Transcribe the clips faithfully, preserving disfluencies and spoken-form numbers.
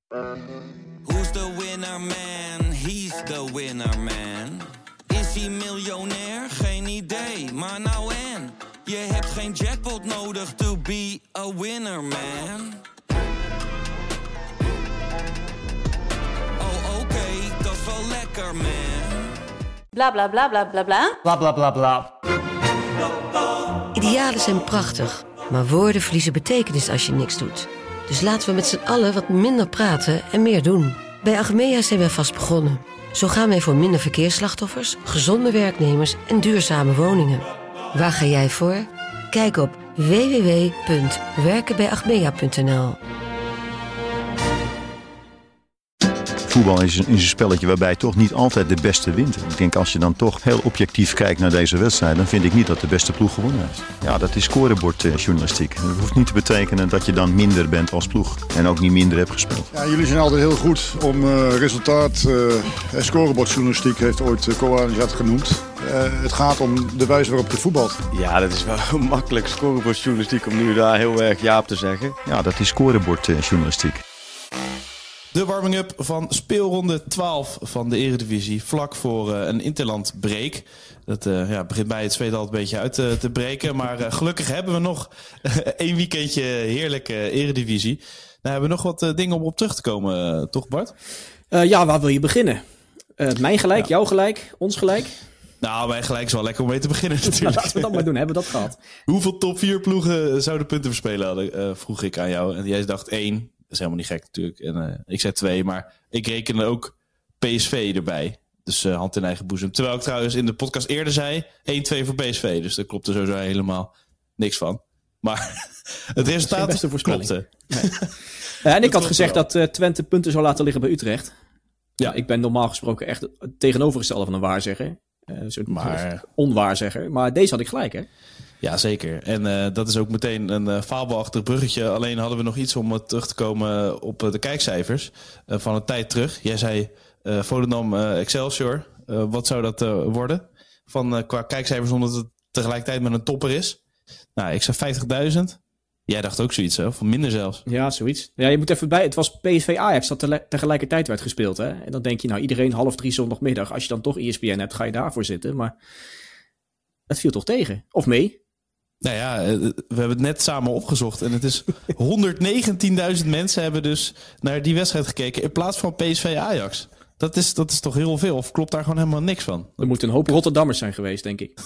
Who's the winner man? He's the winner man. Is hij miljonair? Geen idee, maar nou en. Je hebt geen jackpot nodig to be a winner man. Oh oké, okay, dat is wel lekker man. Bla bla bla bla bla bla. Bla bla bla bla. Idealen zijn prachtig, maar woorden verliezen betekenis als je niks doet. Dus laten we met z'n allen wat minder praten en meer doen. Bij Achmea zijn we vast begonnen. Zo gaan wij voor minder verkeersslachtoffers, gezonde werknemers en duurzame woningen. Waar ga jij voor? Kijk op w w w punt werken bij achmea punt n l. Voetbal is een, is een spelletje waarbij toch niet altijd de beste wint. Ik denk als je dan toch heel objectief kijkt naar deze wedstrijd, dan vind ik niet dat de beste ploeg gewonnen heeft. Ja, dat is scorebordjournalistiek. Dat hoeft niet te betekenen dat je dan minder bent als ploeg. En ook niet minder hebt gespeeld. Ja, jullie zijn altijd heel goed om uh, resultaat. Uh, scorebordjournalistiek heeft ooit uh, Koan dat genoemd. Uh, het gaat om de wijze waarop je voetbalt. Ja, dat is wel makkelijk scorebordjournalistiek om nu daar heel erg ja op te zeggen. Ja, dat is scorebordjournalistiek. De warming-up van speelronde twaalf van de Eredivisie. Vlak voor uh, een interland break. Dat uh, ja, begint bij het tweede al een beetje uit uh, te breken. Maar uh, gelukkig hebben we nog uh, één weekendje heerlijke uh, Eredivisie. Nou hebben we nog wat uh, dingen om op terug te komen, uh, toch Bart? Uh, ja, waar wil je beginnen? Uh, mijn gelijk, ja. Jouw gelijk, ons gelijk? Nou, mijn gelijk is wel lekker om mee te beginnen natuurlijk. Nou, laten we dat maar doen, hebben we dat gehad? Hoeveel top vier ploegen zouden punten verspelen hadden, uh, vroeg ik aan jou. En jij dacht één. Dat is helemaal niet gek natuurlijk. En uh, ik zei twee, maar ik rekende ook P S V erbij. Dus uh, hand in eigen boezem. Terwijl ik trouwens in de podcast eerder zei één twee voor P S V. Dus daar klopt er sowieso helemaal niks van. Maar het resultaat klopte. Nee. Ja, en ik had gezegd wel. dat uh, Twente punten zou laten liggen bij Utrecht. Ja, ik ben normaal gesproken echt het tegenovergestelde van een waarzegger. Uh, zo maar onwaarzegger. Maar deze had ik gelijk, hè? Ja, zeker. En uh, dat is ook meteen een uh, fabelachtig bruggetje. Alleen hadden we nog iets om uh, terug te komen op uh, de kijkcijfers uh, van een tijd terug. Jij zei uh, Volendam uh, Excelsior. Uh, wat zou dat uh, worden? Van, uh, qua kijkcijfers, omdat het tegelijkertijd met een topper is. Nou, ik zei vijftigduizend. Jij dacht ook zoiets, hè? Of minder zelfs. Ja, zoiets. Ja, je moet even bij. Het was P S V Ajax dat te- tegelijkertijd werd gespeeld, hè? En dan denk je, nou, iedereen half drie zondagmiddag. Als je dan toch E S P N hebt, ga je daarvoor zitten. Maar het viel toch tegen? Of mee? Nou ja, we hebben het net samen opgezocht. En het is honderdnegentienduizend mensen hebben dus naar die wedstrijd gekeken in plaats van P S V Ajax. Dat is, dat is toch heel veel? Of klopt daar gewoon helemaal niks van? Er moeten een hoop Rotterdammers zijn geweest, denk ik.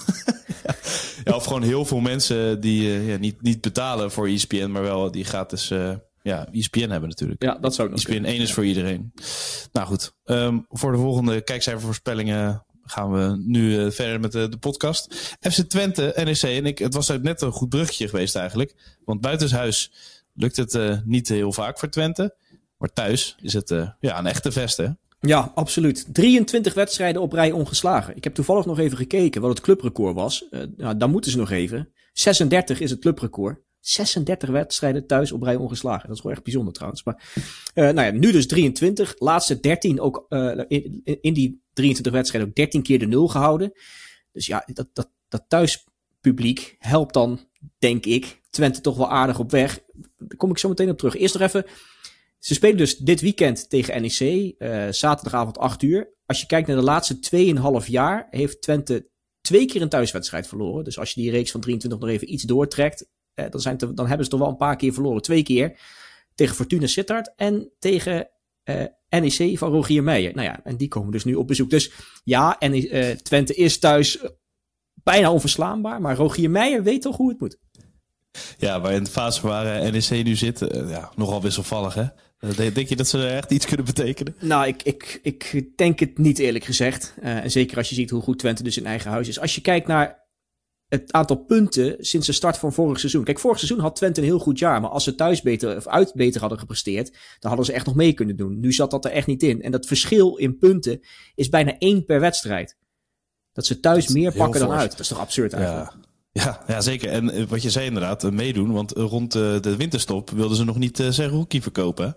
Ja, of gewoon heel veel mensen die uh, ja, niet, niet betalen voor E S P N, maar wel die gratis uh, ja, E S P N hebben natuurlijk. Ja, dat zou E S P N één is voor iedereen. Nou goed, um, voor de volgende kijkcijfervoorspellingen gaan we nu uh, verder met de, de podcast. F C Twente, N E C en ik. Het was net een goed bruggetje geweest eigenlijk. Want buitenshuis lukt het uh, niet heel vaak voor Twente. Maar thuis is het uh, ja, een echte vest, hè? Ja, absoluut. drieëntwintig wedstrijden op rij ongeslagen. Ik heb toevallig nog even gekeken wat het clubrecord was. Uh, nou, dan moeten ze nog even. zesendertig is het clubrecord. zesendertig wedstrijden thuis op rij ongeslagen. Dat is wel echt bijzonder trouwens. Maar uh, nou ja, nu dus drieëntwintig. Laatste dertien ook uh, in, in die drieëntwintig wedstrijden ook dertien keer de nul gehouden. Dus ja, dat, dat, dat thuispubliek helpt dan, denk ik, Twente toch wel aardig op weg. Daar kom ik zo meteen op terug. Eerst nog even. Ze spelen dus dit weekend tegen N E C. Uh, zaterdagavond acht uur. Als je kijkt naar de laatste twee komma vijf jaar heeft Twente twee keer een thuiswedstrijd verloren. Dus als je die reeks van drieëntwintig nog even iets doortrekt, Uh, dan, zijn te, dan hebben ze toch wel een paar keer verloren. Twee keer tegen Fortuna Sittard en tegen uh, N E C van Rogier Meijer. Nou ja, en die komen dus nu op bezoek. Dus ja, en uh, Twente is thuis uh, bijna onverslaanbaar. Maar Rogier Meijer weet toch hoe het moet. Ja, waar in de fase waar N E C nu zit, uh, ja, nogal wisselvallig, hè? Uh, denk je dat ze er echt iets kunnen betekenen? Nou, ik, ik, ik denk het niet eerlijk gezegd. Uh, en zeker als je ziet hoe goed Twente dus in eigen huis is. Als je kijkt naar het aantal punten sinds de start van vorig seizoen. Kijk, vorig seizoen had Twente een heel goed jaar. Maar als ze thuis beter of uit beter hadden gepresteerd, dan hadden ze echt nog mee kunnen doen. Nu zat dat er echt niet in. En dat verschil in punten is bijna één per wedstrijd. Dat ze thuis dat meer pakken dan uit. Dat is toch absurd eigenlijk? Ja, ja, ja, zeker. En wat je zei inderdaad, meedoen. Want rond de winterstop wilden ze nog niet zijn rookie verkopen.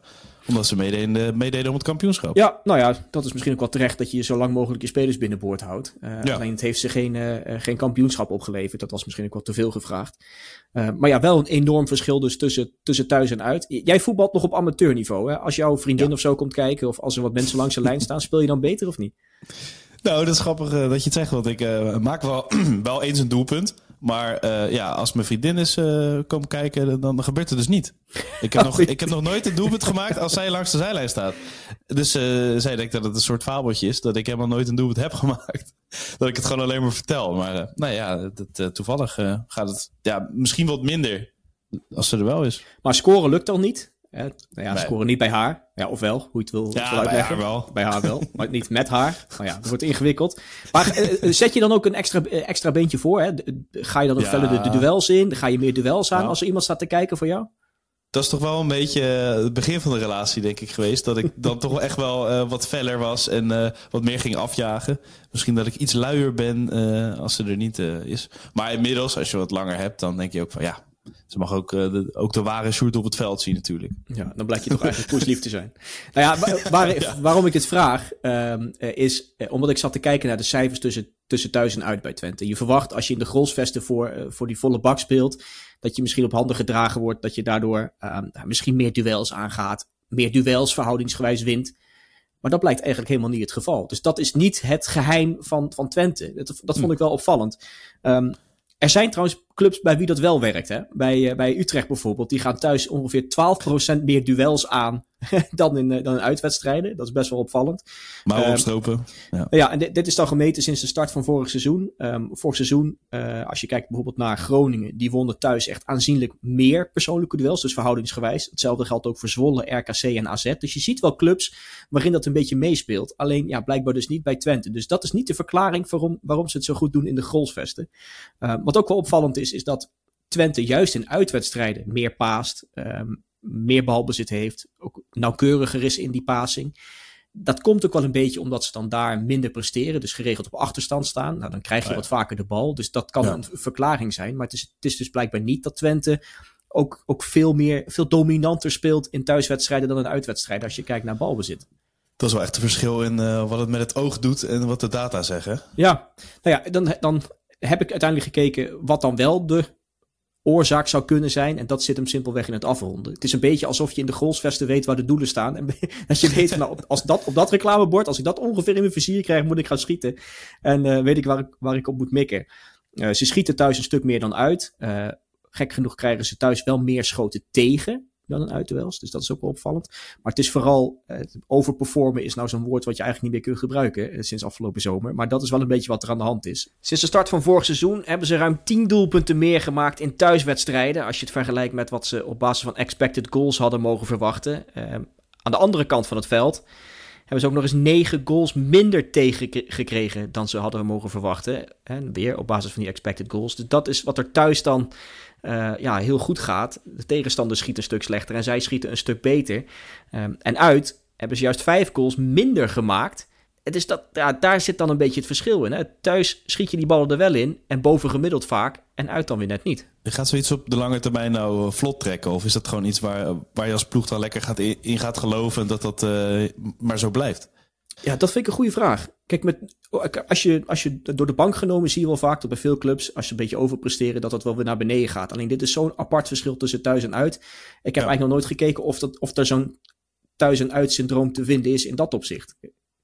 Omdat ze meededen, meededen om het kampioenschap. Ja, nou ja, dat is misschien ook wel terecht dat je zo lang mogelijk je spelers binnenboord houdt. Uh, ja. Alleen het heeft ze geen, uh, geen kampioenschap opgeleverd. Dat was misschien ook wel te veel gevraagd. Uh, maar ja, wel een enorm verschil dus tussen, tussen thuis en uit. Jij voetbalt nog op amateurniveau. Hè? Als jouw vriendin ja. of zo komt kijken, of als er wat mensen langs de lijn staan, speel je dan beter of niet? Nou, dat is grappig uh, dat je het zegt, want ik uh, maak wel, wel eens een doelpunt. Maar uh, ja, als mijn vriendin is uh, komen kijken, dan, dan gebeurt het dus niet. Ik heb, nog, ik heb nog nooit een doelpunt gemaakt als zij langs de zijlijn staat. Dus uh, zij denkt dat het een soort fabeltje is, dat ik helemaal nooit een doelpunt heb gemaakt. Dat ik het gewoon alleen maar vertel. Maar uh, nou ja, dat, uh, toevallig uh, gaat het ja, misschien wat minder als ze er wel is. Maar scoren lukt dan niet? Hè? Nou ja, nee. Scoren niet bij haar. Ja, ofwel, hoe je het wil, ja, wil uitleggen. Bij haar wel. Bij haar wel, maar niet met haar. Maar ja, dat wordt ingewikkeld. Maar uh, zet je dan ook een extra, uh, extra beentje voor? Hè? Ga je dan ook ja. verder de, de duels in? Ga je meer duels aan ja. als er iemand staat te kijken voor jou? Dat is toch wel een beetje het begin van de relatie, denk ik, geweest. Dat ik dan toch echt wel uh, wat feller was en uh, wat meer ging afjagen. Misschien dat ik iets luier ben uh, als ze er niet uh, is. Maar inmiddels, als je wat langer hebt, dan denk je ook van ja... Ze mag ook, uh, de, ook de ware Sjoerd op het veld zien natuurlijk. Ja, dan blijkt je toch eigenlijk poeslief te zijn. Nou ja, waar, waar, ja. waarom ik het vraag, um, is uh, omdat ik zat te kijken naar de cijfers tussen, tussen thuis en uit bij Twente. Je verwacht als je in de Grolsvesten voor, uh, voor die volle bak speelt, dat je misschien op handen gedragen wordt, dat je daardoor um, misschien meer duels aangaat, meer duels verhoudingsgewijs wint. Maar dat blijkt eigenlijk helemaal niet het geval. Dus dat is niet het geheim van, van Twente. Dat, dat vond ik wel opvallend. Um, Er zijn trouwens clubs bij wie dat wel werkt. Hè? Bij, uh, bij Utrecht bijvoorbeeld. Die gaan thuis ongeveer twaalf procent meer duels aan dan, in, uh, dan in uitwedstrijden. Dat is best wel opvallend. Maar um, opstropen. Ja, ja en dit, dit is dan gemeten sinds de start van vorig seizoen. Um, vorig seizoen, uh, als je kijkt bijvoorbeeld naar Groningen. Die wonnen thuis echt aanzienlijk meer persoonlijke duels. Dus verhoudingsgewijs. Hetzelfde geldt ook voor Zwolle, R K C en A Z. Dus je ziet wel clubs waarin dat een beetje meespeelt. Alleen ja, blijkbaar dus niet bij Twente. Dus dat is niet de verklaring waarom, waarom ze het zo goed doen in de Grolsvesten. Uh, wat ook wel opvallend is, is dat Twente juist in uitwedstrijden meer paast, um, meer balbezit heeft, ook nauwkeuriger is in die passing. Dat komt ook wel een beetje omdat ze dan daar minder presteren, dus geregeld op achterstand staan. Nou, dan krijg je oh ja. wat vaker de bal, dus dat kan ja. een verklaring zijn. Maar het is, het is dus blijkbaar niet dat Twente ook, ook veel meer, veel dominanter speelt in thuiswedstrijden dan in uitwedstrijden als je kijkt naar balbezit. Dat is wel echt een verschil in uh, wat het met het oog doet en wat de data zeggen. Ja, nou ja, dan... dan heb ik uiteindelijk gekeken wat dan wel de oorzaak zou kunnen zijn. En dat zit hem simpelweg in het afronden. Het is een beetje alsof je in de Grolsvesten weet waar de doelen staan. En dat je weet, nou, als dat, op dat reclamebord, als ik dat ongeveer in mijn vizier krijg, moet ik gaan schieten. En uh, weet ik waar, ik waar ik op moet mikken. Uh, ze schieten thuis een stuk meer dan uit. Uh, gek genoeg krijgen ze thuis wel meer schoten tegen dan een uitduels. Dus dat is ook wel opvallend. Maar het is vooral, uh, overperformen is nou zo'n woord wat je eigenlijk niet meer kunt gebruiken uh, sinds afgelopen zomer. Maar dat is wel een beetje wat er aan de hand is. Sinds de start van vorig seizoen hebben ze ruim tien doelpunten meer gemaakt in thuiswedstrijden. Als je het vergelijkt met wat ze op basis van expected goals hadden mogen verwachten. Uh, aan de andere kant van het veld hebben ze ook nog eens negen goals minder tegengekregen dan ze hadden mogen verwachten. En weer op basis van die expected goals. Dus dat is wat er thuis dan uh, ja, heel goed gaat. De tegenstander schiet een stuk slechter en zij schieten een stuk beter. Um, en uit hebben ze juist vijf goals minder gemaakt. Dus dat, ja, daar zit dan een beetje het verschil in. Hè? Thuis schiet je die ballen er wel in en bovengemiddeld vaak en uit dan weer net niet. Gaat zoiets op de lange termijn nou vlot trekken? Of is dat gewoon iets waar, waar je als ploeg dan lekker gaat in, in gaat geloven dat dat uh, maar zo blijft? Ja, dat vind ik een goede vraag. Kijk, met, als, je, als je door de bank genomen zie je wel vaak dat bij veel clubs, als ze een beetje overpresteren, dat dat wel weer naar beneden gaat. Alleen dit is zo'n apart verschil tussen thuis en uit. Ik heb ja. eigenlijk nog nooit gekeken of, dat, of er zo'n thuis en uit syndroom te vinden is in dat opzicht.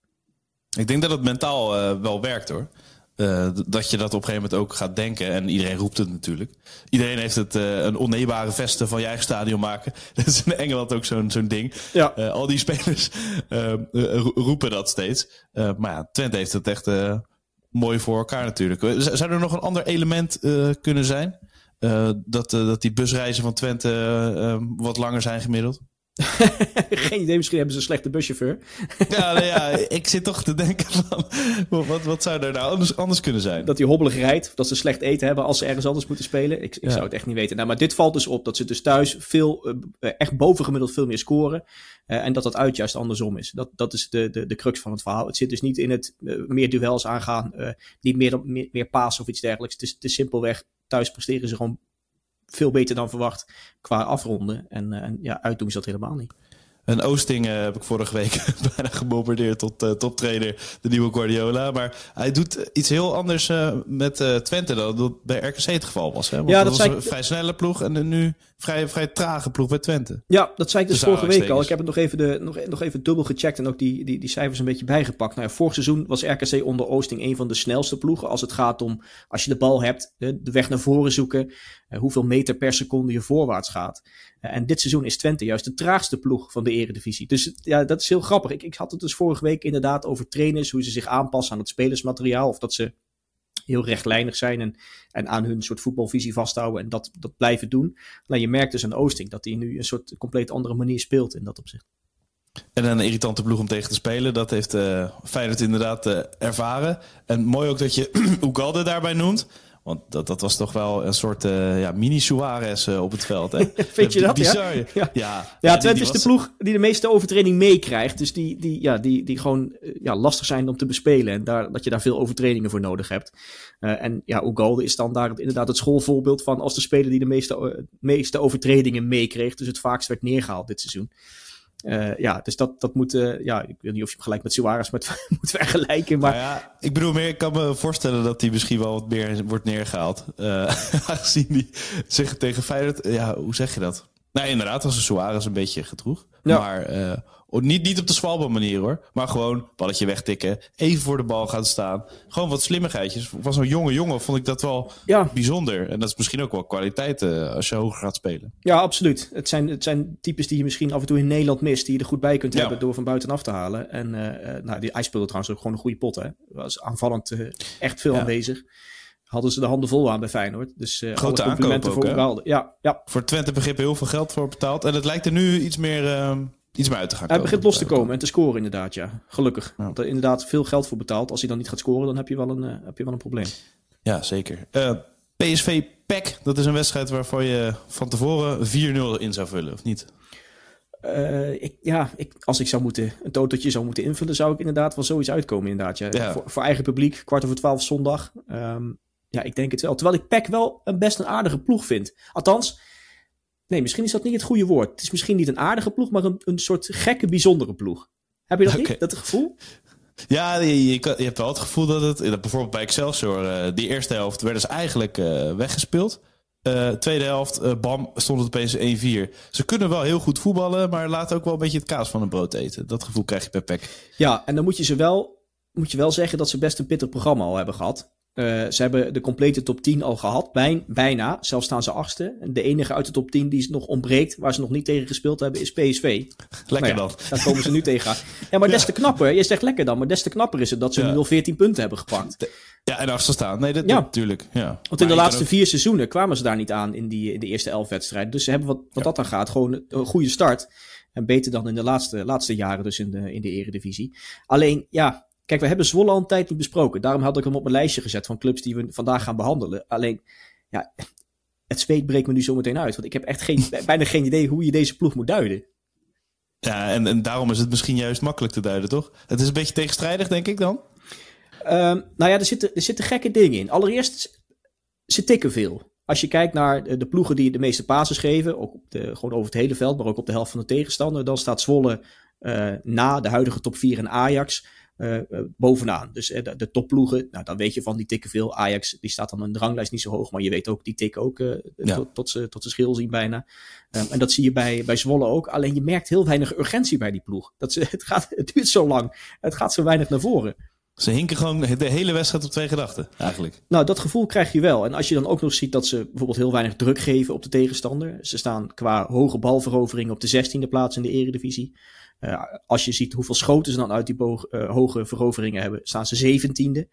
Ik denk dat het mentaal uh, wel werkt hoor. Uh, dat je dat op een gegeven moment ook gaat denken. En iedereen roept het natuurlijk. Iedereen heeft het uh, een onneembare vesten van je eigen stadion maken. Dat is in Engeland ook zo'n, zo'n ding. Ja. Uh, al die spelers uh, uh, roepen dat steeds. Uh, maar ja, Twente heeft het echt uh, mooi voor elkaar natuurlijk. Zou er nog een ander element uh, kunnen zijn? Uh, dat, uh, dat die busreizen van Twente uh, uh, wat langer zijn gemiddeld? Geen idee, misschien hebben ze een slechte buschauffeur. ja, nou ja, ik zit toch te denken van wat, wat zou er nou anders, anders kunnen zijn? Dat die hobbelig rijdt, dat ze slecht eten hebben als ze ergens anders moeten spelen. Ik, ik ja. zou het echt niet weten. Nou, maar dit valt dus op dat ze dus thuis veel, uh, echt bovengemiddeld veel meer scoren. Uh, en dat dat uit juist andersom is. Dat, dat is de, de, de crux van het verhaal. Het zit dus niet in het uh, meer duels aangaan, uh, niet meer, meer, meer pasen of iets dergelijks. Het is, het is simpelweg, thuis presteren ze gewoon veel beter dan verwacht qua afronden. En, uh, en ja, uit doen ze dat helemaal niet. En Oosting uh, heb ik vorige week bijna gebombardeerd tot uh, toptrainer, de nieuwe Guardiola. Maar hij doet iets heel anders uh, met uh, Twente dan dat bij R K C het geval was. Hè? Want ja, dat, dat was een ik... vrij snelle ploeg en nu vrij, vrij trage ploeg bij Twente. Ja, dat zei ik dus, dus vorige week al. Ik heb het nog even, de, nog, nog even dubbel gecheckt en ook die, die, die cijfers een beetje bijgepakt. Nou ja, vorig seizoen was R K C onder Oosting een van de snelste ploegen. Als het gaat om, als je de bal hebt, de, de weg naar voren zoeken, uh, hoeveel meter per seconde je voorwaarts gaat. Uh, en dit seizoen is Twente juist de traagste ploeg van de Eredivisie. Dus ja, dat is heel grappig. Ik, ik had het dus vorige week inderdaad over trainers, hoe ze zich aanpassen aan het spelersmateriaal. Of dat ze heel rechtlijnig zijn en, en aan hun soort voetbalvisie vasthouden en dat, dat blijven doen. Nou, je merkt dus aan Oosting dat hij nu een soort compleet andere manier speelt in dat opzicht. En een irritante ploeg om tegen te spelen. Dat heeft uh, Feyenoord inderdaad uh, ervaren. En mooi ook dat je Ugalde daarbij noemt. Want dat, dat was toch wel een soort uh, ja, mini-Suarez uh, op het veld. Hè? Vind je dat? Bizar. Ja, ja. ja, ja Twente is was... de ploeg die de meeste overtreding meekrijgt. Dus die, die, ja, die, die gewoon ja, lastig zijn om te bespelen. En daar, dat je daar veel overtredingen voor nodig hebt. Uh, en ja, Ugalde is dan daar inderdaad het schoolvoorbeeld van als de speler die de meeste, uh, meeste overtredingen meekreeg. Dus het vaakst werd neergehaald dit seizoen. Uh, ja, dus dat, dat moet... Uh, ja, ik weet niet of je hem gelijk met Suarez moet, moet vergelijken, maar... Nou ja, ik bedoel meer, ik kan me voorstellen dat hij misschien wel wat meer wordt neergehaald. Uh, aangezien hij zich tegen Feyenoord... Ja, hoe zeg je dat? Nou, inderdaad, als een Suarez een beetje gedroeg. Ja. Maar uh, niet, niet op de Swalba manier, hoor. Maar gewoon balletje wegtikken, even voor de bal gaan staan. Gewoon wat slimmigheidjes. Van zo'n jonge jongen vond ik dat wel ja. bijzonder. En dat is misschien ook wel kwaliteit uh, als je hoger gaat spelen. Ja, absoluut. Het zijn, het zijn types die je misschien af en toe in Nederland mist, die je er goed bij kunt ja. hebben door van buitenaf te halen. En uh, nou, die, hij speelde trouwens ook gewoon een goede pot, hè. Was aanvallend uh, echt veel ja. aanwezig. Hadden ze de handen vol aan bij Feyenoord. Dus uh, grote complimenten voor Ugalde. Ja, ja. Voor Twente begrip heel veel geld voor betaald. En het lijkt er nu iets meer, uh, iets meer uit te gaan Hij komen. begint los te komen en te scoren inderdaad, ja. Gelukkig. Ja. Want er inderdaad veel geld voor betaald. Als hij dan niet gaat scoren, dan heb je wel een, uh, heb je wel een probleem. Ja, zeker. Uh, P S V P E C, dat is een wedstrijd waarvoor je van tevoren vier nul in zou vullen, of niet? Uh, ik, ja, ik, als ik zou moeten een totootje zou moeten invullen, zou ik inderdaad wel zoiets uitkomen inderdaad. Ja. Ja. Voor, voor eigen publiek, kwart over twaalf zondag. Um, Ja, ik denk het wel. Terwijl ik P E C wel een best een aardige ploeg vind. Althans, nee, misschien is dat niet het goede woord. Het is misschien niet een aardige ploeg, maar een, een soort gekke, bijzondere ploeg. Heb je dat okay. niet, dat gevoel? Ja, je, je, je hebt wel het gevoel dat het... Dat bijvoorbeeld bij Excelsior, uh, die eerste helft werden ze eigenlijk uh, weggespeeld. Uh, tweede helft, uh, bam, stond het opeens één vier. Ze kunnen wel heel goed voetballen, maar laten ook wel een beetje het kaas van hun brood eten. Dat gevoel krijg je bij P E C. Ja, en dan moet je ze wel, moet je wel zeggen dat ze best een pittig programma al hebben gehad. Uh, ze hebben de complete top tien al gehad, Bij, bijna. Zelfs staan ze achtste. De enige uit de top tien die nog ontbreekt, waar ze nog niet tegen gespeeld hebben, is P S V. Lekker nou ja, dan. Daar komen ze nu tegen. Ja, maar des te knapper. Je zegt lekker dan, maar des te knapper is het dat ze ja. nu al veertien punten hebben gepakt. Ja, en achter staan. Nee, dat, ja. dat natuurlijk. Ja. Want in de laatste ook... vier seizoenen kwamen ze daar niet aan in, die, in de eerste elf wedstrijden. Dus ze hebben wat, wat ja. dat dan gaat, gewoon een goede start. En beter dan in de laatste, laatste jaren dus in de, in de Eredivisie. Alleen, ja... Kijk, we hebben Zwolle al een tijd niet besproken. Daarom had ik hem op mijn lijstje gezet van clubs die we vandaag gaan behandelen. Alleen, ja, het zweet breekt me nu zo meteen uit. Want ik heb echt geen, bijna geen idee hoe je deze ploeg moet duiden. Ja, en, en daarom is het misschien juist makkelijk te duiden, toch? Het is een beetje tegenstrijdig, denk ik dan? Um, nou ja, er zitten, er zitten gekke dingen in. Allereerst, ze tikken veel. Als je kijkt naar de ploegen die de meeste passes geven, ook op de, gewoon over het hele veld, maar ook op de helft van de tegenstander, dan staat Zwolle uh, na de huidige top vier en Ajax uh, uh, bovenaan. Dus uh, de, de topploegen, nou, dan weet je van die tikken veel. Ajax, die staat dan in de ranglijst niet zo hoog, maar je weet ook, die tikken ook uh, ja. tot, tot, ze, tot ze schil zien bijna. Um, en dat zie je bij, bij Zwolle ook. Alleen je merkt heel weinig urgentie bij die ploeg. Dat ze, het, gaat, het duurt zo lang, het gaat zo weinig naar voren. Ze hinken gewoon de hele wedstrijd op twee gedachten, eigenlijk. Nou, dat gevoel krijg je wel. En als je dan ook nog ziet dat ze bijvoorbeeld heel weinig druk geven op de tegenstander. Ze staan qua hoge balveroveringen op de zestiende plaats in de Eredivisie. Uh, als je ziet hoeveel schoten ze dan uit die boog, uh, hoge veroveringen hebben, staan ze zeventiende.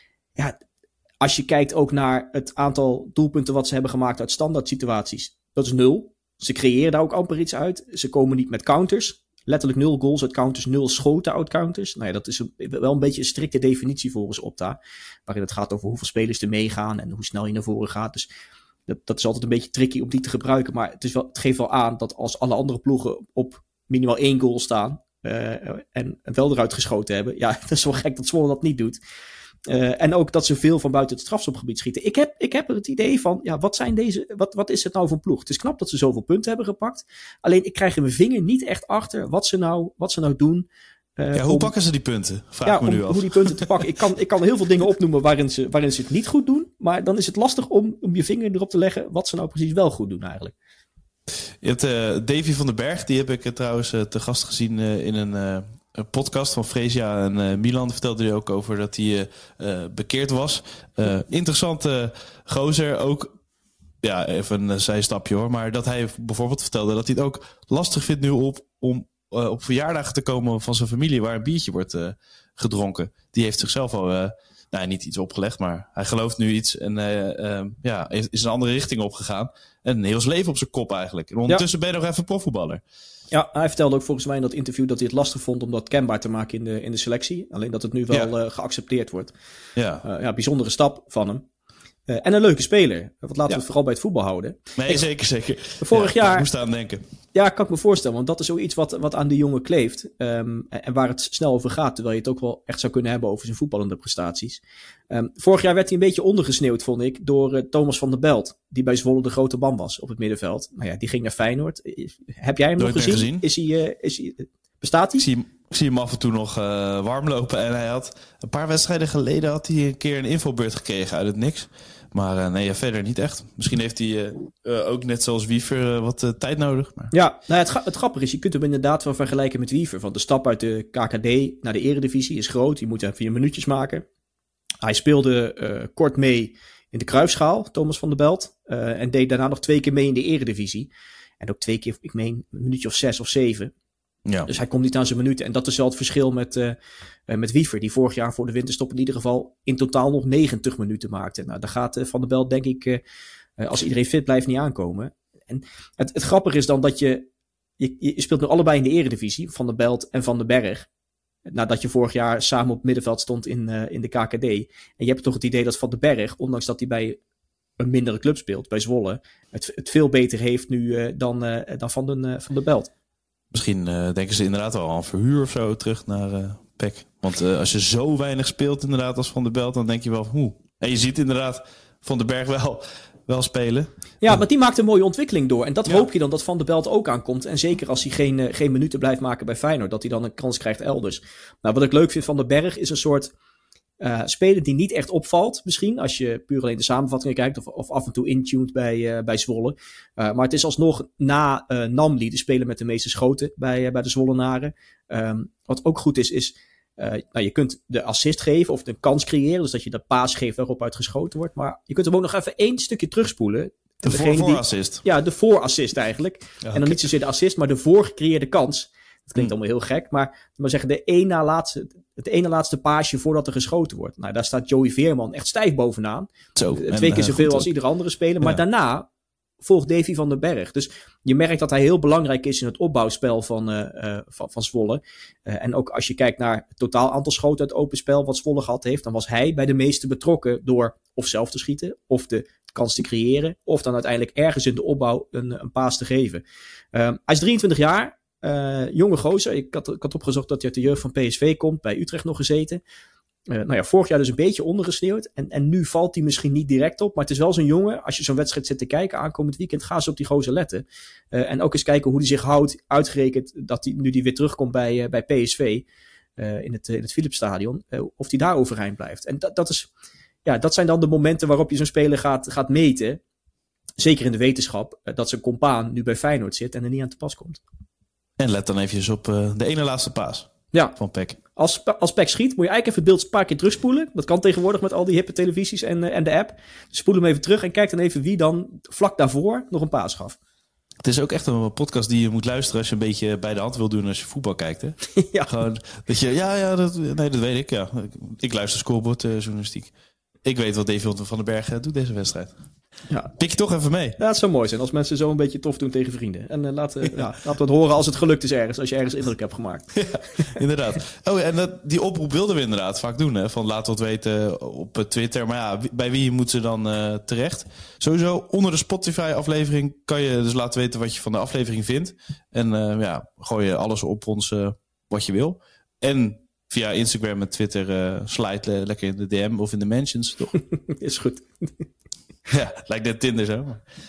Ja, als je kijkt ook naar het aantal doelpunten wat ze hebben gemaakt uit standaard situaties, dat is nul. Ze creëren daar ook amper iets uit. Ze komen niet met counters. Letterlijk nul goals uit counters, nul schoten uit counters. Nou ja, dat is een, wel een beetje een strikte definitie volgens Opta. Waarin het gaat over hoeveel spelers er meegaan en hoe snel je naar voren gaat. Dus dat, dat is altijd een beetje tricky om die te gebruiken. Maar het, is wel, het geeft wel aan dat als alle andere ploegen op minimaal één goal staan uh, en, en wel eruit geschoten hebben. Ja, dat is wel gek dat Zwolle dat niet doet. Uh, en ook dat ze veel van buiten het strafschopgebied schieten. Ik heb, ik heb het idee van, ja, wat zijn deze, wat, wat is het nou voor een ploeg? Het is knap dat ze zoveel punten hebben gepakt. Alleen ik krijg in mijn vinger niet echt achter wat ze nou, wat ze nou doen. Uh, ja, hoe om, pakken ze die punten? Vraag ja, me nu om, af. hoe die punten te pakken. Ik kan, ik kan heel veel dingen opnoemen waarin ze, waarin ze het niet goed doen. Maar dan is het lastig om, om je vinger erop te leggen wat ze nou precies wel goed doen eigenlijk. Je hebt uh, Davy van den Berg, die heb ik uh, trouwens uh, te gast gezien uh, in een, uh, een podcast van Fresia en uh, Milan. Vertelde hij ook over dat hij uh, uh, bekeerd was. Uh, interessante gozer, ook ja, even een zijstapje hoor. Maar dat hij bijvoorbeeld vertelde dat hij het ook lastig vindt nu op, om uh, op verjaardagen te komen van zijn familie waar een biertje wordt uh, gedronken. Die heeft zichzelf al... Uh, Nou, niet iets opgelegd, maar hij gelooft nu iets en uh, uh, ja, is, is een andere richting opgegaan. En heel zijn leven op zijn kop eigenlijk. En ondertussen ja. ben je nog even profvoetballer. Ja, hij vertelde ook volgens mij in dat interview dat hij het lastig vond om dat kenbaar te maken in de, in de selectie. Alleen dat het nu wel ja. uh, geaccepteerd wordt. Ja. Uh, ja, bijzondere stap van hem. Uh, en een leuke speler. Want laten we ja. het vooral bij het voetbal houden. Nee, ik, zeker, zeker. Vorig ja, jaar... Ik moest aan denken. Ja, kan ik me voorstellen. Want dat is zoiets wat, wat aan de jongen kleeft. Um, en, en waar het snel over gaat. Terwijl je het ook wel echt zou kunnen hebben over zijn voetballende prestaties. Um, vorig jaar werd hij een beetje ondergesneeuwd, vond ik. Door uh, Thomas van der Belt. Die bij Zwolle de grote man was op het middenveld. Nou ja, die ging naar Feyenoord. Heb jij hem Nooit nog gezien? gezien? Is hij, uh, is hij, uh, bestaat hij? Ik zie, hem, ik zie hem af en toe nog uh, warm lopen. En hij had een paar wedstrijden geleden had hij een keer een infobeurt gekregen uit het niks. Maar uh, nee, ja, verder niet echt. Misschien heeft hij uh, uh, ook net zoals Wiever uh, wat uh, tijd nodig. Maar... Ja, nou ja, het, gra- het grappige is, je kunt hem inderdaad wel vergelijken met Wiever. Want de stap uit de K K D naar de Eredivisie is groot. Je moet even vier minuutjes maken. Hij speelde uh, kort mee in de Cruijffschaal, Thomas van der Belt. Uh, en deed daarna nog twee keer mee in de Eredivisie. En ook twee keer, ik meen, een minuutje of zes of zeven. Ja. Dus hij komt niet aan zijn minuten. En dat is wel het verschil met, uh, uh, met Wiever. Die vorig jaar voor de winterstop in ieder geval in totaal nog negentig minuten maakte. Nou, daar gaat uh, Van der Belt denk ik, uh, uh, als iedereen fit blijft, niet aankomen. En het, het grappige is dan dat je, je... Je speelt nu allebei in de Eredivisie. Van der Belt en Van den Berg. Nadat je vorig jaar samen op het middenveld stond in, uh, in de K K D. En je hebt toch het idee dat Van den Berg, ondanks dat hij bij een mindere club speelt, bij Zwolle, het, het veel beter heeft nu uh, dan, uh, dan Van den, uh, Van der Belt. Misschien uh, denken ze inderdaad wel aan verhuur of zo terug naar uh, P E C. Want uh, als je zo weinig speelt inderdaad als Van der Belt, dan denk je wel, hoe. En je ziet inderdaad Van den Berg wel, wel spelen. Ja, maar die maakt een mooie ontwikkeling door. En dat ja. hoop je dan dat Van der Belt ook aankomt. En zeker als hij geen, uh, geen minuten blijft maken bij Feyenoord, dat hij dan een kans krijgt elders. Nou, wat ik leuk vind van den Berg is een soort uh, speler die niet echt opvalt misschien. Als je puur alleen de samenvattingen kijkt of, of af en toe intuned bij, uh, bij Zwolle. Uh, maar het is alsnog na uh, Namli de speler met de meeste schoten bij, uh, bij de Zwollenaren. Um, wat ook goed is, is uh, nou, je kunt de assist geven of de kans creëren. Dus dat je de paas geeft waarop uit geschoten wordt. Maar je kunt hem ook nog even één stukje terugspoelen. De voorassist. Ja, de voorassist eigenlijk. Ja, okay. En dan niet zozeer de assist, maar de voorgecreëerde kans. Dat klinkt hmm. allemaal heel gek, maar, maar zeggen de één na laatste, het ene laatste paasje voordat er geschoten wordt. Nou, daar staat Joey Veerman echt stijf bovenaan. Zo, Twee keer zoveel als iedere andere speler. Maar ja. daarna volgt Davy van den Berg. Dus je merkt dat hij heel belangrijk is in het opbouwspel van, uh, uh, van, van Zwolle. Uh, en ook als je kijkt naar het totaal aantal schoten uit open spel wat Zwolle gehad heeft, dan was hij bij de meeste betrokken door of zelf te schieten, of de kans te creëren, of dan uiteindelijk ergens in de opbouw een, een paas te geven. Uh, hij is drieëntwintig jaar. Uh, jonge gozer. Ik had, ik had opgezocht dat hij uit de jeugd van P S V komt. Bij Utrecht nog gezeten. Uh, nou ja, vorig jaar dus een beetje ondergesneeuwd. En, en nu valt hij misschien niet direct op. Maar het is wel zo'n jongen. Als je zo'n wedstrijd zit te kijken aankomend weekend, ga eens op die gozer letten. Uh, en ook eens kijken hoe hij zich houdt. Uitgerekend dat hij nu die weer terugkomt bij, uh, bij P S V. Uh, in het, in het Philipsstadion. Uh, of hij daar overeind blijft. En dat, dat, is, ja, dat zijn dan de momenten waarop je zo'n speler gaat, gaat meten. Zeker in de wetenschap. Uh, dat zijn compaan nu bij Feyenoord zit en er niet aan te pas komt. En let dan eventjes op uh, de ene laatste paas ja. van P E C. Als, als P E C schiet, moet je eigenlijk even het beeld een paar keer terugspoelen. Dat kan tegenwoordig met al die hippe televisies en, uh, en de app. Dus spoel hem even terug en kijk dan even wie dan vlak daarvoor nog een paas gaf. Het is ook echt een podcast die je moet luisteren als je een beetje bij de hand wil doen als je voetbal kijkt. Hè? ja. Gewoon dat je, ja, ja, dat, nee, dat weet ik. Ja. Ik luister scorebordjournalistiek. Uh, ik weet wat Davy van den Berg uh, doet deze wedstrijd. Ja. Pik je toch even mee. Ja, het zou mooi zijn als mensen zo een beetje tof doen tegen vrienden. En uh, laten, ja. Ja, laten we het horen als het gelukt is ergens. Als je ergens indruk hebt gemaakt. Ja, inderdaad. Oh, en dat, die oproep wilden we inderdaad vaak doen. Hè? Van laten we het weten op Twitter. Maar ja, bij wie moet ze dan uh, terecht? Sowieso onder de Spotify aflevering kan je dus laten weten wat je van de aflevering vindt. En uh, ja, gooi je alles op ons uh, wat je wil. En via Instagram en Twitter uh, slide le- lekker in de D M of in de mentions, toch? Is goed. Ja, lijkt net Tinder zo.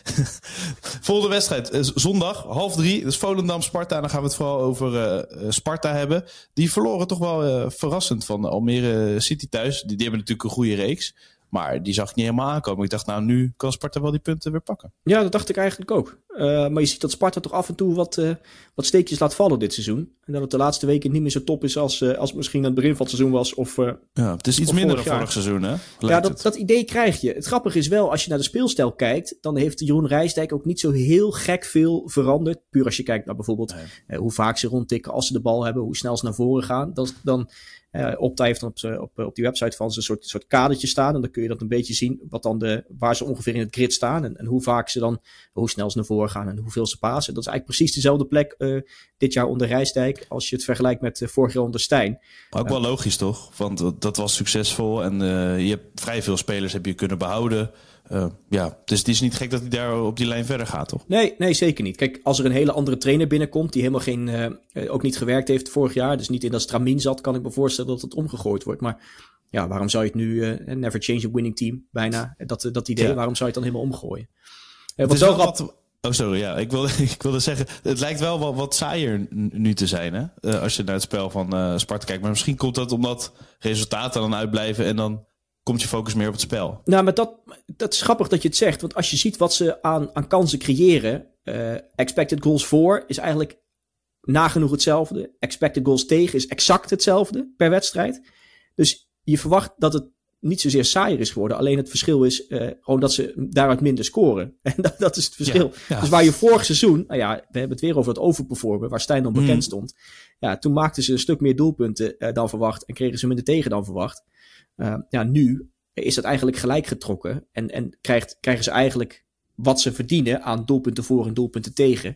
Volgende wedstrijd, uh, zondag, half drie. Dus Volendam-Sparta. En dan gaan we het vooral over uh, Sparta hebben. Die verloren toch wel uh, verrassend van Almere City thuis. Die, die hebben natuurlijk een goede reeks. Maar die zag ik niet helemaal aankomen. Ik dacht, nou, nu kan Sparta wel die punten weer pakken. Ja, dat dacht ik eigenlijk ook. Uh, maar je ziet dat Sparta toch af en toe wat, uh, wat steekjes laat vallen dit seizoen. En dat het de laatste weken niet meer zo top is als, uh, als het misschien aan het begin van het seizoen was. Of, uh, ja, het is iets minder dan vorig seizoen, hè? Ja, dat, dat idee krijg je. Het grappige is wel, als je naar de speelstijl kijkt, dan heeft Jeroen Rijsdijk ook niet zo heel gek veel veranderd. Puur als je kijkt naar bijvoorbeeld nee. uh, hoe vaak ze rondtikken als ze de bal hebben, hoe snel ze naar voren gaan. Dat, dan... Uh, Opta heeft dan op, op, op die website van ze een soort, soort kadertje staan. En dan kun je dat een beetje zien wat dan de, waar ze ongeveer in het grid staan. En, en hoe vaak ze dan, hoe snel ze naar voren gaan en hoeveel ze pasen. Dat is eigenlijk precies dezelfde plek uh, dit jaar onder Rijsdijk als je het vergelijkt met uh, vorig jaar onder Stijn. Maar ook wel uh, logisch toch? Want dat was succesvol en uh, je hebt vrij veel spelers heb je kunnen behouden. Uh, ja, dus het is niet gek dat hij daar op die lijn verder gaat, toch? Nee, nee, zeker niet. Kijk, als er een hele andere trainer binnenkomt die helemaal geen, uh, ook niet gewerkt heeft vorig jaar, dus niet in dat stramien zat, kan ik me voorstellen dat het omgegooid wordt. Maar ja, waarom zou je het nu, uh, never change a winning team, bijna, dat, dat idee, ja. Waarom zou je het dan helemaal omgooien? Uh, wat wel rap... wat... Oh, sorry, ja. Ik wilde, ik wilde zeggen, het lijkt wel wat, wat saaier nu te zijn, hè? Uh, als je naar het spel van uh, Sparta kijkt. Maar misschien komt dat omdat resultaten dan uitblijven en dan komt je focus meer op het spel. Nou, maar dat, dat is grappig dat je het zegt. Want als je ziet wat ze aan, aan kansen creëren. Uh, expected goals voor is eigenlijk nagenoeg hetzelfde. Expected goals tegen is exact hetzelfde per wedstrijd. Dus je verwacht dat het niet zozeer saaier is geworden. Alleen het verschil is uh, gewoon dat ze daaruit minder scoren. En dat, dat is het verschil. Ja, ja. Dus waar je vorig seizoen, nou ja, we hebben het weer over het overperformen, waar Stijn dan bekend mm. stond. Ja, toen maakten ze een stuk meer doelpunten uh, dan verwacht en kregen ze minder tegen dan verwacht. Uh, ja, nu is dat eigenlijk gelijk getrokken en, en krijgt, krijgen ze eigenlijk wat ze verdienen aan doelpunten voor en doelpunten tegen.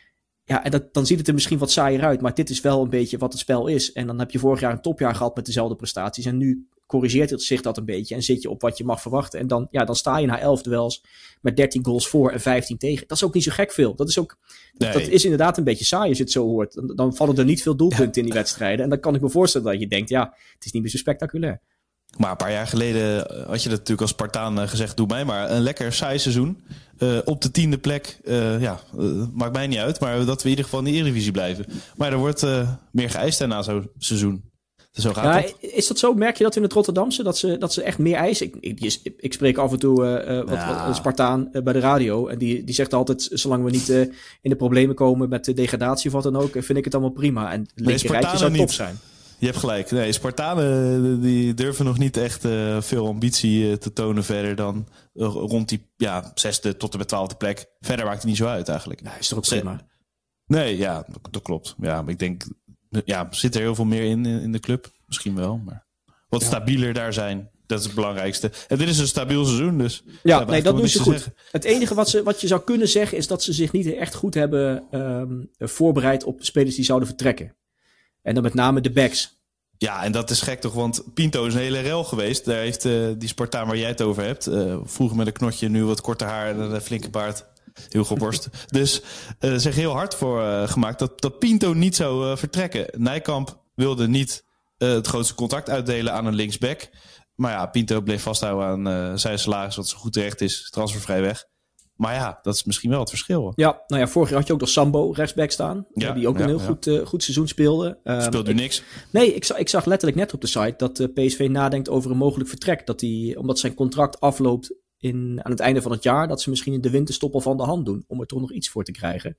Ja, en dat, dan ziet het er misschien wat saaier uit, maar dit is wel een beetje wat het spel is. En dan heb je vorig jaar een topjaar gehad met dezelfde prestaties en nu corrigeert het zich dat een beetje en zit je op wat je mag verwachten. En dan, ja, dan sta je na elf duels met dertien goals voor en vijftien tegen. Dat is ook niet zo gek veel. Dat is ook, nee. dat is inderdaad een beetje saai als je het zo hoort. Dan, dan vallen er niet veel doelpunten ja. in die wedstrijden. En dan kan ik me voorstellen dat je denkt, ja, het is niet meer zo spectaculair. Maar een paar jaar geleden had je dat natuurlijk als Spartaan gezegd, doe mij maar een lekker saai seizoen. Uh, op de tiende plek, uh, ja, uh, maakt mij niet uit. Maar dat we in ieder geval in de Eredivisie blijven. Maar er wordt uh, meer geëist na zo'n seizoen. Dus zo gaat ja, dat. Is dat zo? Merk je dat in het Rotterdamse? Dat ze, dat ze echt meer eisen? Ik, ik, ik spreek af en toe uh, wat, ja. wat een Spartaan uh, bij de radio. En die, die zegt altijd, zolang we niet uh, in de problemen komen met de degradatie of wat dan ook, vind ik het allemaal prima. En het linkerrijtje zou top zijn. Je hebt gelijk. Nee, Spartanen die durven nog niet echt uh, veel ambitie uh, te tonen verder dan uh, rond die ja, zesde tot en met twaalfde plek. Verder maakt het niet zo uit eigenlijk. Nee, is toch ook prima? Nee, ja, dat, dat klopt. Ja, maar ik denk, ja, zit er heel veel meer in in de club? Misschien wel, maar wat ja. stabieler daar zijn. Dat is het belangrijkste. En dit is een stabiel seizoen, dus... Ja, nee, dat doen ze goed. Zeggen. Het enige wat, ze, wat je zou kunnen zeggen is dat ze zich niet echt goed hebben um, voorbereid op spelers die zouden vertrekken. En dan met name de backs. Ja, en dat is gek toch, want Pinto is een hele rel geweest. Daar heeft uh, die Spartaan waar jij het over hebt. Uh, vroeger met een knotje, nu wat korter haar en een flinke baard. Heel geborst. Dus uh, zich heel hard voor uh, gemaakt dat, dat Pinto niet zou uh, vertrekken. Nijkamp wilde niet uh, het grootste contract uitdelen aan een linksback. Maar ja, Pinto bleef vasthouden aan uh, zijn salaris, wat zo goed terecht is, transfervrij weg. Maar ja, dat is misschien wel het verschil. Ja, nou ja, vorig jaar had je ook nog Sambo rechtsback staan. Ja, die ook ja, een heel ja. goed, uh, goed seizoen speelde. Um, Speelt nu niks? Nee, ik, ik zag letterlijk net op de site dat uh, P S V nadenkt over een mogelijk vertrek. Dat die, omdat zijn contract afloopt in, aan het einde van het jaar, dat ze misschien in de winterstop al van de hand doen. Om er toch nog iets voor te krijgen.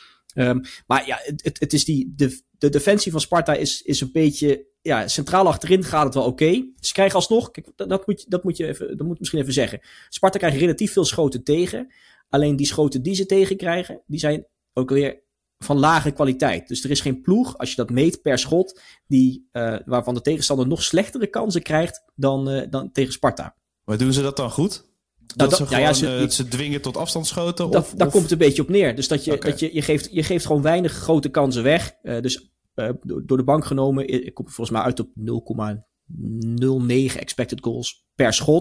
Um, maar ja, het, het is die, de, de defensie van Sparta is, is een beetje... Ja, centraal achterin gaat het wel oké. Okay. Ze krijgen alsnog... Kijk, dat, dat, moet, dat, moet je even, dat moet ik misschien even zeggen. Sparta krijgt relatief veel schoten tegen. Alleen die schoten die ze tegenkrijgen, die zijn ook weer van lage kwaliteit. Dus er is geen ploeg, als je dat meet per schot, die, uh, waarvan de tegenstander nog slechtere kansen krijgt dan, uh, dan tegen Sparta. Maar doen ze dat dan goed? Dat, nou, dat ze, ja, gewoon, ja, ze, uh, ze dwingen tot afstandsschoten? Dat, of, daar of? komt het een beetje op neer. Dus dat je, okay. dat je, je, geeft, je geeft gewoon weinig grote kansen weg. Uh, dus uh, door de bank genomen, ik kom volgens mij uit op nul komma nul negen expected goals per schot.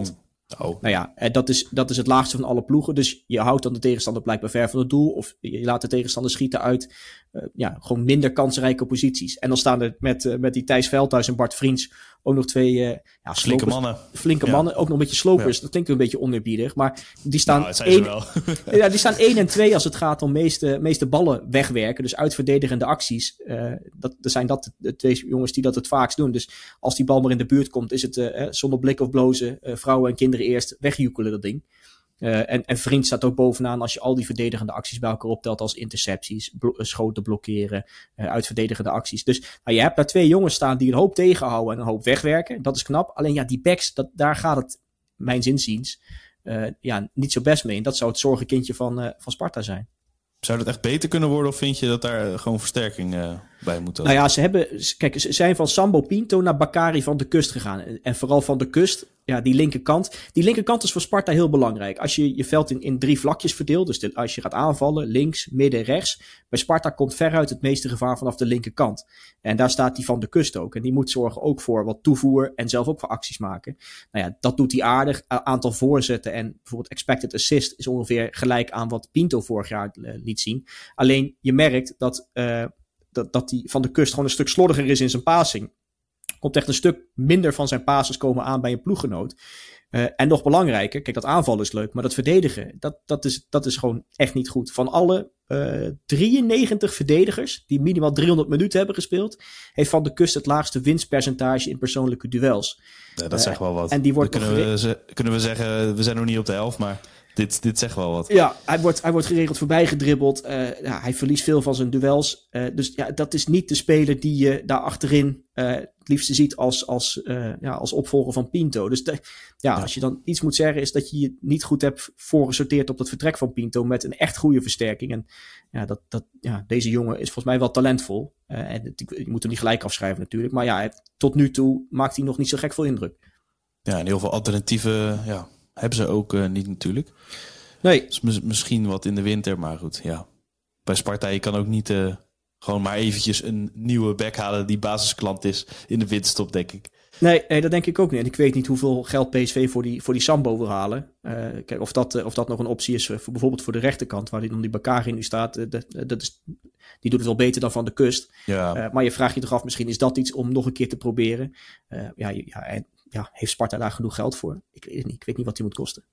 Oh. Nou ja, en dat is, dat is het laagste van alle ploegen. Dus je houdt dan de tegenstander blijkbaar ver van het doel. Of je laat de tegenstander schieten uit uh, ja, gewoon minder kansrijke posities. En dan staan er met, uh, met die Thijs Veldhuis en Bart Vriends ook nog twee uh, ja, flinke mannen. Flinke ja. mannen, ook nog een beetje slopers. Ja. Dat klinkt een beetje oneerbiedig. Maar die staan, nou, één, wel. ja, die staan één en twee als het gaat om meeste, meeste ballen wegwerken. Dus uitverdedigende acties. Uh, dat, dat zijn dat de twee jongens die dat het vaakst doen. Dus als die bal maar in de buurt komt, is het uh, zonder blik of blozen. Uh, vrouwen en kinderen eerst wegjoekelen dat ding. Uh, en, en Vriend staat ook bovenaan als je al die verdedigende acties bij elkaar optelt als intercepties, blo- schoten blokkeren, uh, uitverdedigende acties. Dus nou, je hebt daar twee jongens staan die een hoop tegenhouden en een hoop wegwerken. Dat is knap. Alleen ja, die backs, dat, daar gaat het, mijn zinziens, uh, ja, niet zo best mee. En dat zou het zorgenkindje van, uh, van Sparta zijn. Zou dat echt beter kunnen worden of vind je dat daar gewoon versterking uh, bij moet? Nou ja, ze hebben, kijk, ze zijn van Sambo Pinto naar Bakari van de Kust gegaan. En vooral van de Kust, ja, die linkerkant. Die linkerkant is voor Sparta heel belangrijk. Als je je veld in, in drie vlakjes verdeelt, dus de, als je gaat aanvallen, links, midden, rechts. Bij Sparta komt veruit het meeste gevaar vanaf de linkerkant. En daar staat die van de Kust ook. En die moet zorgen ook voor wat toevoer en zelf ook voor acties maken. Nou ja, dat doet hij aardig. A- aantal voorzetten en bijvoorbeeld expected assist is ongeveer gelijk aan wat Pinto vorig jaar uh, liet zien. Alleen je merkt dat... Uh, Dat, dat die van de Kust gewoon een stuk slordiger is in zijn passing. Komt echt een stuk minder van zijn passes komen aan bij een ploeggenoot. Uh, en nog belangrijker, kijk, dat aanvallen is leuk, maar dat verdedigen, dat, dat, is, dat is gewoon echt niet goed. Van alle uh, drieënnegentig verdedigers die minimaal driehonderd minuten hebben gespeeld, heeft Van de Kust het laagste winstpercentage in persoonlijke duels. Ja, dat zegt wel wat. En die wordt kunnen, gere- we, ze, kunnen we zeggen, we zijn nog niet op de helft, maar dit, dit zegt wel wat. Ja, hij wordt, hij wordt geregeld voorbij gedribbeld. Uh, ja, hij verliest veel van zijn duels. Uh, dus ja, dat is niet de speler die je daar achterin uh, het liefste ziet als, als, uh, ja, als opvolger van Pinto. Dus de, ja, ja, als je dan iets moet zeggen is dat je je niet goed hebt voorgesorteerd op dat vertrek van Pinto met een echt goede versterking. En ja, dat, dat, ja, deze jongen is volgens mij wel talentvol. Uh, en het, je moet hem niet gelijk afschrijven natuurlijk. Maar ja, hij, tot nu toe maakt hij nog niet zo gek veel indruk. Ja, en heel veel alternatieven ja, hebben ze ook uh, niet natuurlijk. Nee. Dus mis, misschien wat in de winter, maar goed, ja. Bij Sparta, je kan ook niet uh, gewoon maar eventjes een nieuwe back halen die basisklant is in de winterstop, denk ik. Nee, nee, dat denk ik ook niet. En ik weet niet hoeveel geld P S V voor die, voor die Sambo wil halen. Uh, kijk, of dat, uh, of dat nog een optie is, voor, bijvoorbeeld voor de rechterkant, waar die dan die Bakari nu staat. Uh, dat, uh, dat is, die doet het wel beter dan Van de Kust. Ja. Uh, maar je vraagt je toch af, misschien is dat iets om nog een keer te proberen. Uh, ja, ja, en, ja, heeft Sparta daar genoeg geld voor? Ik weet het niet. Ik weet niet wat die moet kosten.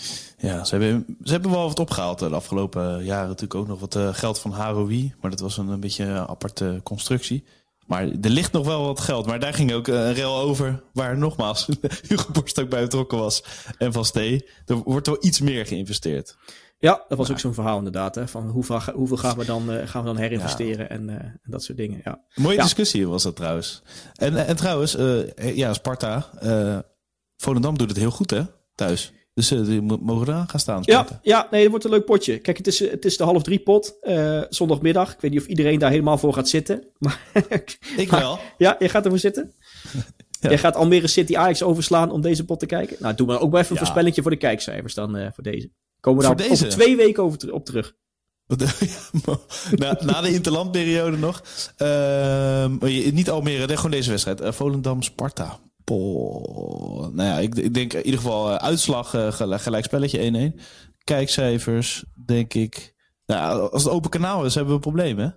Ja, ze hebben, ze hebben wel wat opgehaald de afgelopen jaren. Natuurlijk ook nog wat uh, geld van Haroui. Maar dat was een, een beetje een aparte constructie. Maar er ligt nog wel wat geld. Maar daar ging ook een rel over waar nogmaals Hugo Borst ook bij betrokken was. En Van Stee. Er wordt wel iets meer geïnvesteerd. Ja, dat was maar ook zo'n verhaal inderdaad. Hè, van hoeveel, hoeveel gaan, we dan, uh, gaan we dan herinvesteren ja. en, uh, en dat soort dingen. Ja. Een mooie ja. discussie was dat trouwens. En, en trouwens, uh, ja, Sparta. Uh, Volendam doet het heel goed hè, thuis. Dus uh, die mogen eraan gaan staan. Ja, ja, nee, het wordt een leuk potje. Kijk, het is, het is de half drie pot, uh, zondagmiddag. Ik weet niet of iedereen daar helemaal voor gaat zitten. Maar, ik wel. Maar, ja, jij gaat ervoor zitten? Ja. Jij gaat Almere City Ajax overslaan om deze pot te kijken? Nou, doe maar ook maar even een ja. voorspellingje voor de kijkcijfers dan uh, voor deze. Komen we daar over twee weken over op terug. na, na de interlandperiode nog. Uh, niet Almere, gewoon deze wedstrijd. Uh, Volendam-Sparta. Poh. Nou ja, ik, ik denk in ieder geval uh, uitslag uh, gelijk, gelijk spelletje één-één. Kijkcijfers, denk ik. Nou, als het open kanaal is, hebben we een probleem, hè?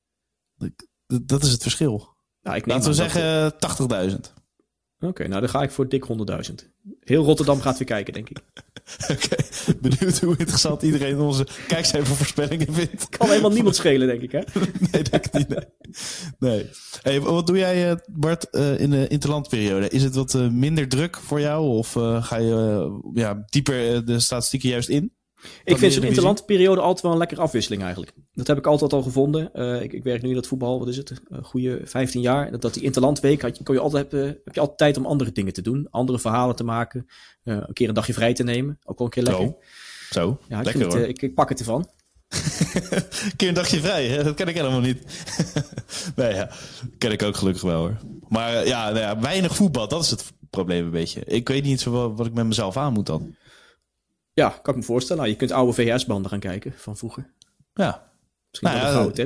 Dat, dat is het verschil. Nou, ik Laten we zeggen uh, tachtigduizend. Oké, okay, nou dan ga ik voor dik honderdduizend. Heel Rotterdam gaat weer kijken, denk ik. Oké, okay. Benieuwd hoe interessant iedereen onze kijkcijfervoorspellingen vindt. Kan helemaal niemand schelen, denk ik, hè? Nee, denk ik niet. Nee. nee. Hey, wat doe jij, Bart, uh, in de interlandperiode? Is het wat uh, minder druk voor jou? Of uh, ga je uh, ja, dieper uh, de statistieken juist in? Ik vind zo'n interlandperiode altijd wel een lekkere afwisseling eigenlijk. Dat heb ik altijd al gevonden. Uh, ik, ik werk nu in dat voetbal, wat is het? Een goede vijftien jaar. Dat, dat die interlandweek, had je, kon je altijd, uh, heb je altijd tijd om andere dingen te doen. Andere verhalen te maken. Uh, een keer een dagje vrij te nemen. Ook wel een keer lekker. Zo, Zo. Ja, ik, lekker het, uh, ik, ik pak het ervan. Een keer een dagje vrij, hè? Dat ken ik helemaal niet. Nee, ja, ken ik ook gelukkig wel hoor. Maar uh, ja, nou ja, weinig voetbal, dat is het probleem een beetje. Ik weet niet zo wat, wat ik met mezelf aan moet dan. Ja, kan ik me voorstellen. Nou, je kunt oude V H S-banden gaan kijken van vroeger. Ja. Misschien nou, wel een ja, gouden tip.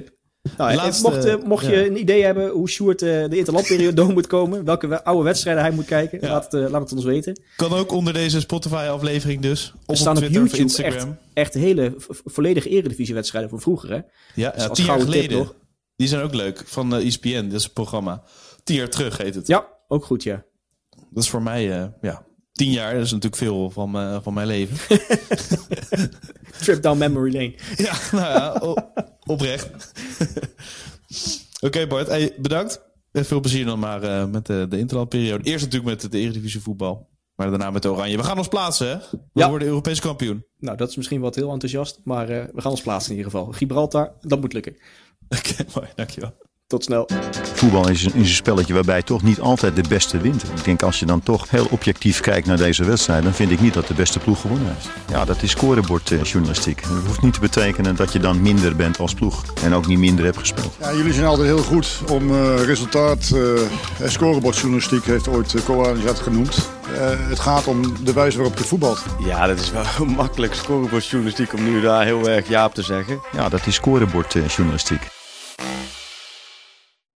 Nou, laatste, mocht, uh, mocht je ja. een idee hebben hoe Sjoerd uh, de interlandperiode door moet komen, welke we, oude wedstrijden hij moet kijken, ja. laat, het, uh, laat het ons weten. Kan ook onder deze Spotify-aflevering dus. Of er staan op Twitter op YouTube of Instagram. Echt, echt hele v- volledige eredivisiewedstrijden van vroeger, hè? Ja, dus ja tien jaar geleden. Die zijn ook leuk, van uh, E S P N, dat is het programma. Tien jaar terug heet het. Ja, ook goed, ja. Dat is voor mij, uh, ja, tien jaar, dat is natuurlijk veel van, uh, van mijn leven. Trip down memory lane. Ja, nou ja, o- oprecht. Oké okay, Bart, hey, bedankt. En veel plezier dan maar uh, met de, de interlandperiode. Eerst natuurlijk met de Eredivisie voetbal, maar daarna met de Oranje. We gaan ons plaatsen, hè? We ja. worden Europees kampioen. Nou, dat is misschien wat heel enthousiast, maar uh, we gaan ons plaatsen in ieder geval. Gibraltar, dat moet lukken. Oké, okay, mooi, dankjewel. Tot snel. Voetbal is een, is een spelletje waarbij toch niet altijd de beste wint. Ik denk als je dan toch heel objectief kijkt naar deze wedstrijd, dan vind ik niet dat de beste ploeg gewonnen heeft. Ja, dat is scorebordjournalistiek. Dat hoeft niet te betekenen dat je dan minder bent als ploeg. En ook niet minder hebt gespeeld. Ja, jullie zijn altijd heel goed om uh, resultaat. Uh, scorebordjournalistiek heeft ooit uh, Koanjat genoemd. Uh, het gaat om de wijze waarop je voetbalt. Ja, dat is wel makkelijk scorebordjournalistiek om nu daar heel erg ja op te zeggen. Ja, dat is scorebordjournalistiek.